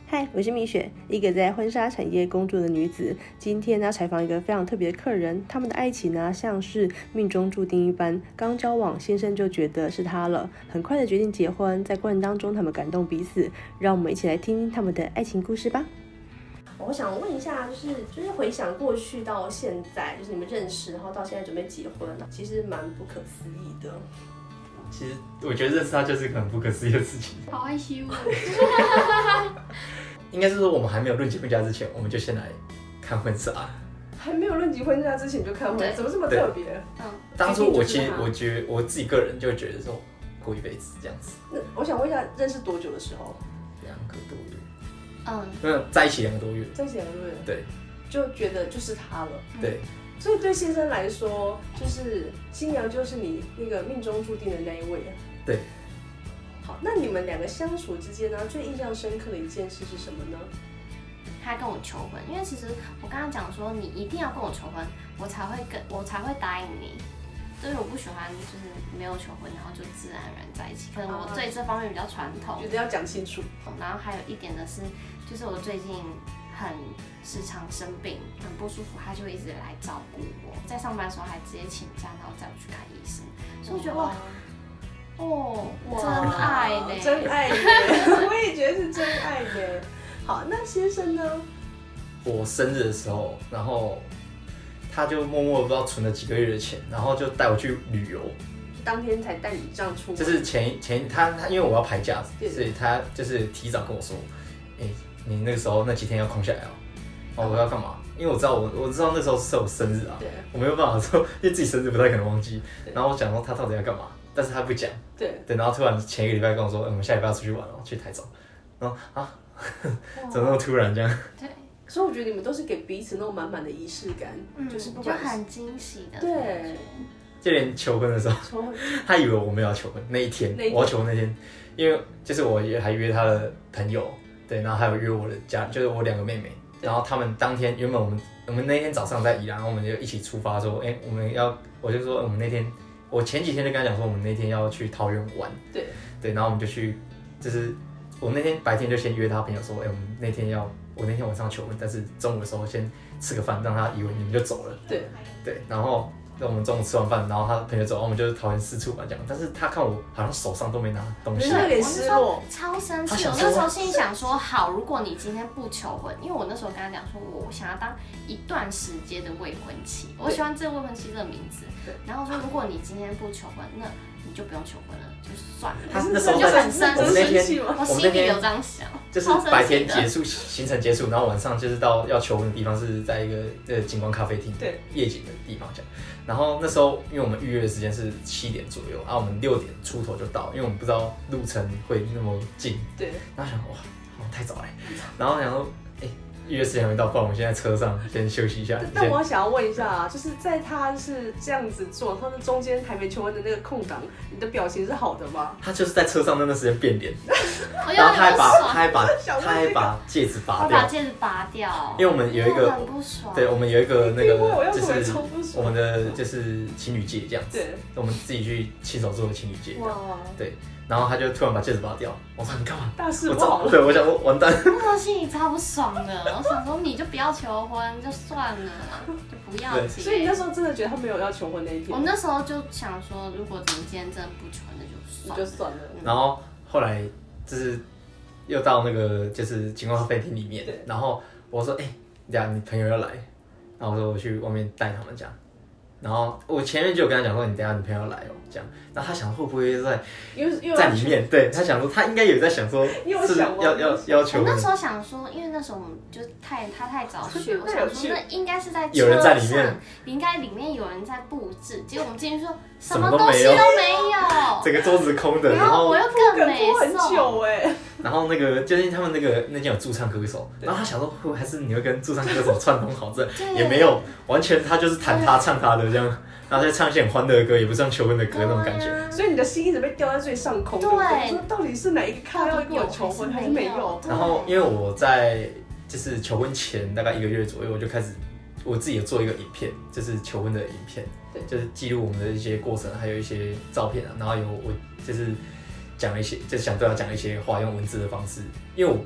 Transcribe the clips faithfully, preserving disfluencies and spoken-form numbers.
嗨，我是蜜雪，一个在婚纱产业工作的女子。今天呢，采访一个非常特别的客人，他们的爱情呢，像是命中注定一般，刚交往，先生就觉得是他了，很快的决定结婚。在过程当中，他们感动彼此，让我们一起来听听他们的爱情故事吧。我想问一下，就是就是回想过去到现在，就是你们认识，然后到现在准备结婚，其实蛮不可思议的。 其实我觉得认识他就是一个很不可思议的事情。 好害羞哦。 应该是说我们还没有论及婚嫁之前，我们就先来看婚纱。 还没有论及婚嫁之前就看婚纱，怎么这么特别？ 嗯，当初我其实我觉得我自己个人就会觉得说过一辈子这样子。 那我想问一下，认识多久的时候？ 两个多月。 嗯， 没有在一起两个多月。 在一起两个多月。对。就觉得就是他了。 对。 所以对先生来说，就是新娘就是你那个命中注定的那一位啊。 对。 好，那你们两个相处之间呢，最印象深刻的一件事是什么呢？ 他跟我求婚，因为其实我刚刚讲说，你一定要跟我求婚，我才会跟我才会答应你。就是我不喜欢就是没有求婚，然后就自然而然在一起。可能我对这方面比较传统， 觉得要讲清楚。 然后还有一点的是，就是我最近很时常生病，很不舒服，他就一直来照顾我。在上班的时候还直接请假，然后载我去看医生。所以我觉得哇。哦，真爱呢， 真爱呢，我也觉得是真爱呢。好，那先生呢？ 我生日的时候，然后他就默默不知道存了几个月的钱，然后就带我去旅游。 当天才带你这样出门？就是前前他他因为我要排假，所以他就是提早跟我说，哎、欸，你那个时候那几天要空下来哦。然后我要干嘛？因为我知道我我知道那时候是我生日啊，我没有办法说，因为自己生日不太可能忘记。然后我想说他到底要干嘛？但是他不讲，对对，然后突然前一个礼拜跟我说，欸、我们下礼拜要出去玩哦，去台中，然后啊，怎么那么突然这样？ 对， 所以我觉得你们都是给彼此那种满满的仪式感，嗯、就是不管就很惊喜的， 对， 就连求婚的时候，求婚，他以为我们要求婚那一天，我要求婚那天，因为就是我也还约他的朋友，对，然后还有约我的家，就是我两个妹妹，然后他们当天原本我们我们那天早上在宜兰，然后我们就一起出发说，哎、欸，我们要，我就说我们那天。我前几天就跟他讲说，我们那天要去桃园玩，对对，然后我们就去，就是我那天白天就先约他朋友说，哎、欸，我们那天要，我那天晚上求婚，但是中午的时候先吃个饭，让他以为你们就走了，对对，然后我们中午吃完饭，然后他朋友走，我们就桃园四处玩这样，但是他看我好像手上都没拿东西， 有点失落， 超生气。我那时候心里想说，好，如果你今天不求婚，因为我那时候跟他讲说，我想要当一段时间的未婚妻，我喜欢这未婚妻这个名字。然后说，如果你今天不求婚，那你就不用求婚了，就算了。 他那时候就很生气， 我们那天我心里有这样想， 就是白天结束行程结束，然后晚上就是到要求婚的地方是在一个呃景观咖啡厅，对，夜景的地方这样。然后那时候因为我们预约的时间是七点左右，啊，我们六点出头就到，因为我们不知道路程会那么近，对。然后想哇，好像太早了，然后想说，哎、欸。预约时间还没到，不然我们现在车上先休息一下。 但我想要问一下啊，就是在他是这样子做，他的中间还没求婚的那个空档，你的表情是好的吗？ 他就是在车上那段时间变脸，然后他还把他还把他还把戒指拔掉， 把戒指拔掉， 因为我们有一个很不爽， 对，我们有一个那个就是我们的就是情侣戒这样子，对，我们自己去亲手做的情侣戒，哇，对。然后他就突然把戒指拔掉，我说你干嘛？ 大事不好了。 对，我想说完蛋。 那时候心里超不爽的，我想说你就不要求婚就算了，就不要结。 所以你那时候真的觉得他没有要求婚那一天？ 我那时候就想说，如果你今天真的不求婚，那就算了。 就算了。 然后后来就是又到那个就是景观咖啡厅里面，然后我说哎，等下你朋友要来，然后我说我去外面带他们这样。然后我前面就有跟他讲说，你等一下你朋友要来哦，这样。然后他想会不会在在里面？对他想说，他应该有在想说，是要要要求。 我那时候想说，因为那时候我们就太他太早去，我想说那应该是在有人在里面， 应该里面有人在布置。结果我们进去说什么东西都没有， 整个桌子空的。 然后我又更没送。 然后那个就是他们那个那间有驻唱歌手，然后他想说会不会还是你会跟驻唱歌手串通好这，也没有，完全他就是弹他唱他的这样。然后再唱一些很欢乐的歌，也不像求婚的歌那种感觉， 所以你的心一直被吊在最上空。对，说到底是哪一个咖要跟我求婚，还是没有？ 然后因为我在就是求婚前大概一个月左右，我就开始我自己有做一个影片，就是求婚的影片，对，就是记录我们的一些过程，还有一些照片啊，然后有我就是讲一些，就是想对他讲一些话，用文字的方式，因为我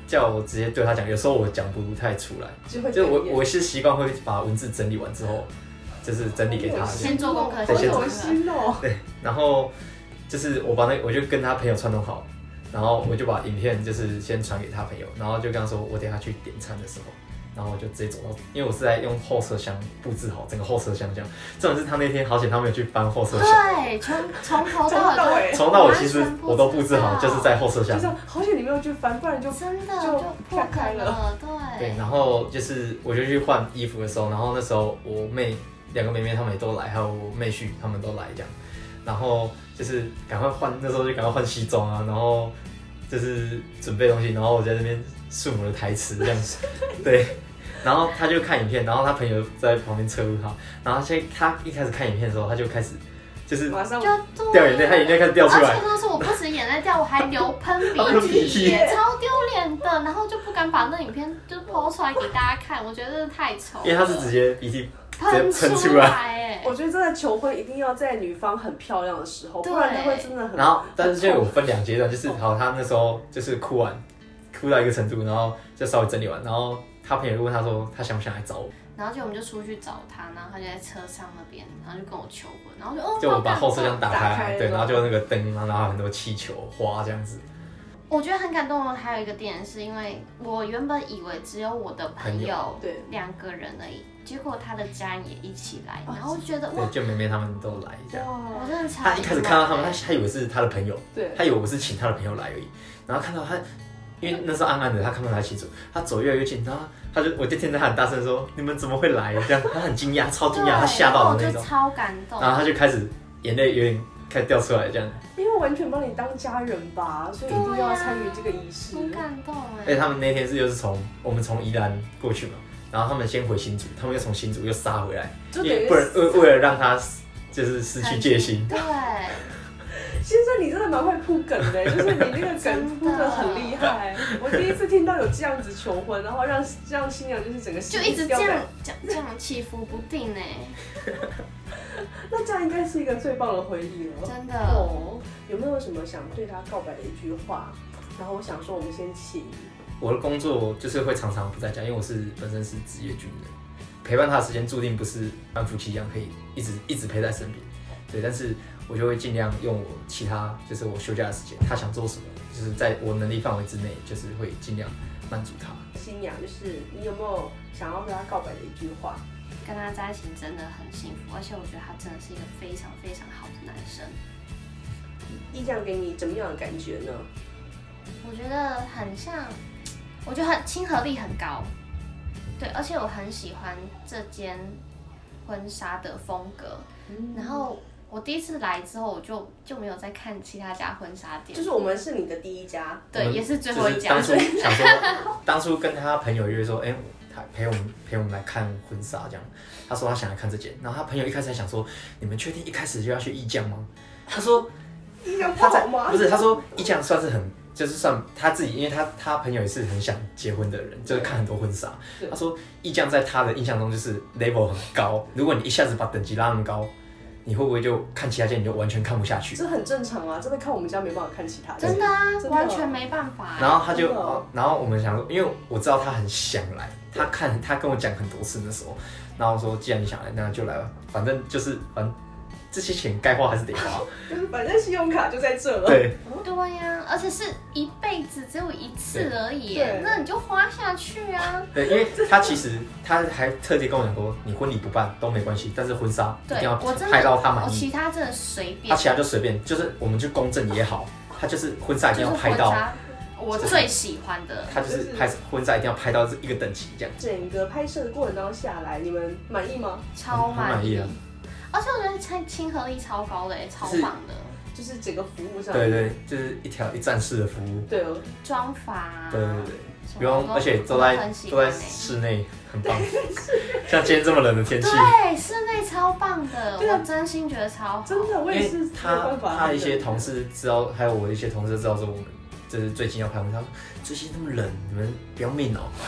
叫我直接对他讲，有时候我讲不太出来，就我我是习惯会把文字整理完之后，就是整理给他， 先做功课， 先做功课， 对，然后就是我把那我就跟他朋友串通好，然后我就把影片就是先传给他朋友，然后就跟他说我等一下去点餐的时候。然后我就直接走到，因为我是在用后车厢布置好整个后车厢这样。重点是他那天好险，他没有去翻后车厢。 对，从从头到尾， 从到尾其实我都布置好，就是在后车厢。 就是好险你没有去翻，不然就真的就破开了。对。 对，然后就是我就去换衣服的时候，然后那时候我妹两个妹妹她们也都来，还有我妹婿他们都来这样。然后就是赶快换，那时候就赶快换西装啊，然后就是准备东西，然后我在那边顺我的台词这样子，对。然后他就看影片，然后他朋友在旁边侧录他，然后现在他一开始看影片的时候，他就开始就是马上掉眼泪，他眼泪开始掉出来。 而且当时我不止眼泪掉，我还流喷鼻涕，超丢脸的。然后就不敢把那影片就 po 出来给大家看，我觉得真的太丑了。 因为他是直接鼻涕喷出来，哎， 我觉得真的求婚一定要在女方很漂亮的时候，不然他会真的很。 然后，但是就有分两阶段，就是好，他那时候就是哭完，哭到一个程度，然后就稍微整理完，然后。他朋友就问他说他想不想来找我， 然后就我们就出去找他，然后他就在车上那边，然后就跟我求婚，然后就哦， 就我把后车厢打开，对，然后就那个灯，然后很多气球花这样子。 我觉得很感动的还有一个点是因为我原本以为只有我的朋友对两个人而已，结果他的家人也一起来，然后觉得哇， 就妹妹他们都来这样。 我真的超他一开始看到他们，他他以为是他的朋友， 对， 他以为我是请他的朋友来而已，然后看到他。因为那时候暗暗的，他看不太清楚，他走越来越近，然后他就我就听到他很大声说：“你们怎么会来？”这样，他很惊讶，超惊讶，他吓到的那种， 超感动。 然后他就开始眼泪有点开始掉出来，这样。 因为完全把你当家人吧，所以一定要参与这个仪式。 很感动哎。 而且他们那天是又是从我们从宜兰过去嘛，然后他们先回新竹，他们又从新竹又杀回来，也不能为为了让他就是失去戒心。 对。 先生，你真的蛮会铺梗的，就是你那个梗铺的很厉害。我第一次听到有这样子求婚，然后让让新娘就是整个就一直这样这样起伏不定哎。 那这样应该是一个最棒的回忆了， 真的。 哦，有没有什么想对他告白的一句话？然后我想说，我们先请。 我的工作就是会常常不在家，因为我是本身是职业军人，陪伴他的时间注定不是像夫妻一样可以一直一直陪在身边。对，但是我就会尽量用我其他，就是我休假的时间，他想做什么，就是在我能力范围之内，就是会尽量满足他。 新娘，就是你有没有想要对他告白的一句话？ 跟他在一起真的很幸福，而且我觉得他真的是一个非常非常好的男生。 意匠给你怎么样的感觉呢？ 我觉得很像，我觉得很亲和力很高，对，而且我很喜欢这间婚纱的风格，嗯、然后。我第一次来之后，我就就没有再看其他家婚纱店。 就是我们是你的第一家， 对，也是最后一家。 当初想说，当初跟他朋友约说，哎、欸，他陪我们陪我们来看婚纱这样。他说他想来看这间，然后他朋友一开始还想说，你们确定一开始就要去意匠吗？他说， 意匠不好吗？ 不是，他说意匠算是很，就是算他自己，因为他他朋友也是很想结婚的人，就是看很多婚纱。他说意匠在他的印象中就是 level 很高，如果你一下子把等级拉那么高。你会不会就看其他间你就完全看不下去？ 这很正常啊，真的看我们家没办法看其他间。真的啊，完全没办法。 然后他就，然后我们想说，因为我知道他很想来，他看他跟我讲很多次那时候，然后我说既然你想来，那就来吧，反正就是反正这些钱该花还是得花。 就是反正信用卡就在这了。 对。 对呀、啊，而且是一辈子只有一次而已，那你就花下去啊。 对，因为他其实他还特地跟我讲说，你婚礼不办都没关系，但是婚纱一定要拍到他满意。 我其他真的随便。 他其他就随便，就是我们去公证也好，他就是婚纱一定要拍到。 我最喜欢的。 他就是拍婚纱一定要拍到一个等级这样。 整个拍摄的过程当中下来，你们满意吗？ 超满意。 啊。 而且我觉得亲亲和力超高的，超棒的。 就是整个服务上， 对对，就是一条一站式的服务。 对哦， 妆法。 对对对，不用，而且都在都在室内，很棒。像今天这么冷的天气， 对，室内超棒的，我真心觉得超好。 真的，我也是。 他他一些同事知道，还有我的一些同事知道说我们就是最近要拍婚纱，最近那么冷，你们不要命哦。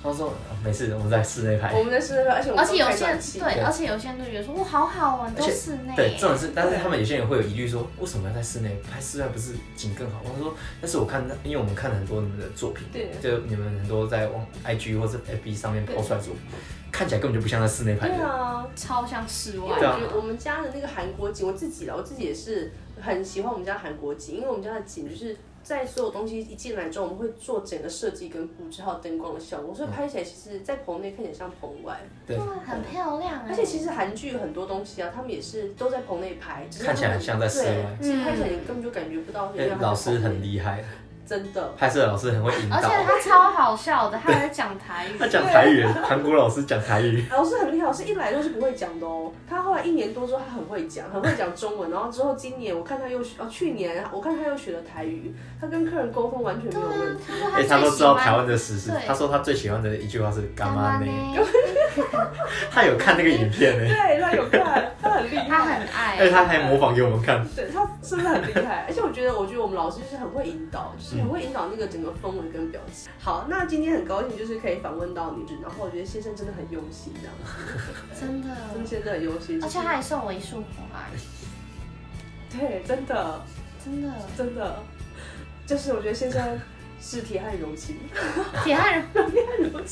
他说没事，我们在室内拍。 我们在室内拍，而且我们而且有些人对， 对，而且有些人就觉得说哇好好玩，都室内。 对，这种是，但是他们有些人会有疑虑说，为什么要在室内拍？室外不是景更好？我说，但是我看，因为我们看了很多你们的作品，对，就你们很多在往 I G 或是 F B 上面 po 出来的作品，看起来根本就不像在室内拍的。 对啊， 超像室外。 因为我觉得我们家的那个韩国景，我自己啦，我自己也是很喜欢我们家韩国景，因为我们家的景就是在所有东西一进来之后，我们会做整个设计跟布置，还有灯光的效果，所以拍起来其实，在棚内看起来像棚外， 对，很漂亮。 而且其实韩剧很多东西啊，他们也是都在棚内拍， 看起来很像在室外， 其实拍起来你根本就感觉不到。 老师很厉害。 真的， 拍摄的老师很会引导， 而且他超好笑的，他还讲台语。 他讲台语，韩国老师讲台语。 老师很厉害，老师一来都是不会讲的哦。他后来一年多之后，他很会讲，很会讲中文。然后之后今年我看他又学，哦，去年我看他又学了台语，他跟客人沟通完全没有问题。 哎，他都知道台湾的时事。他说他最喜欢的一句话是“干妈呢”。他有看那个影片呢。 对，他有看，他很厉害， 他很爱。 而且他还模仿给我们看。 对，他是不是很厉害？而且我觉得，我觉得我们老师就是很会引导，就是很会引导那个整个氛围跟表情。好，那今天很高兴就是可以访问到你，然后我觉得先生真的很用心，这样子。 真的， 真的先生很用心， 而且他还送我一束花。 对，真的， 真的， 真的，就是我觉得先生是铁汉柔情， 铁汉柔铁汉柔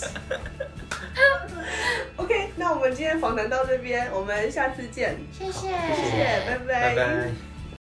情。OK， 那我们今天访谈到这边，我们下次见。 谢谢， 谢谢，拜拜。 拜拜。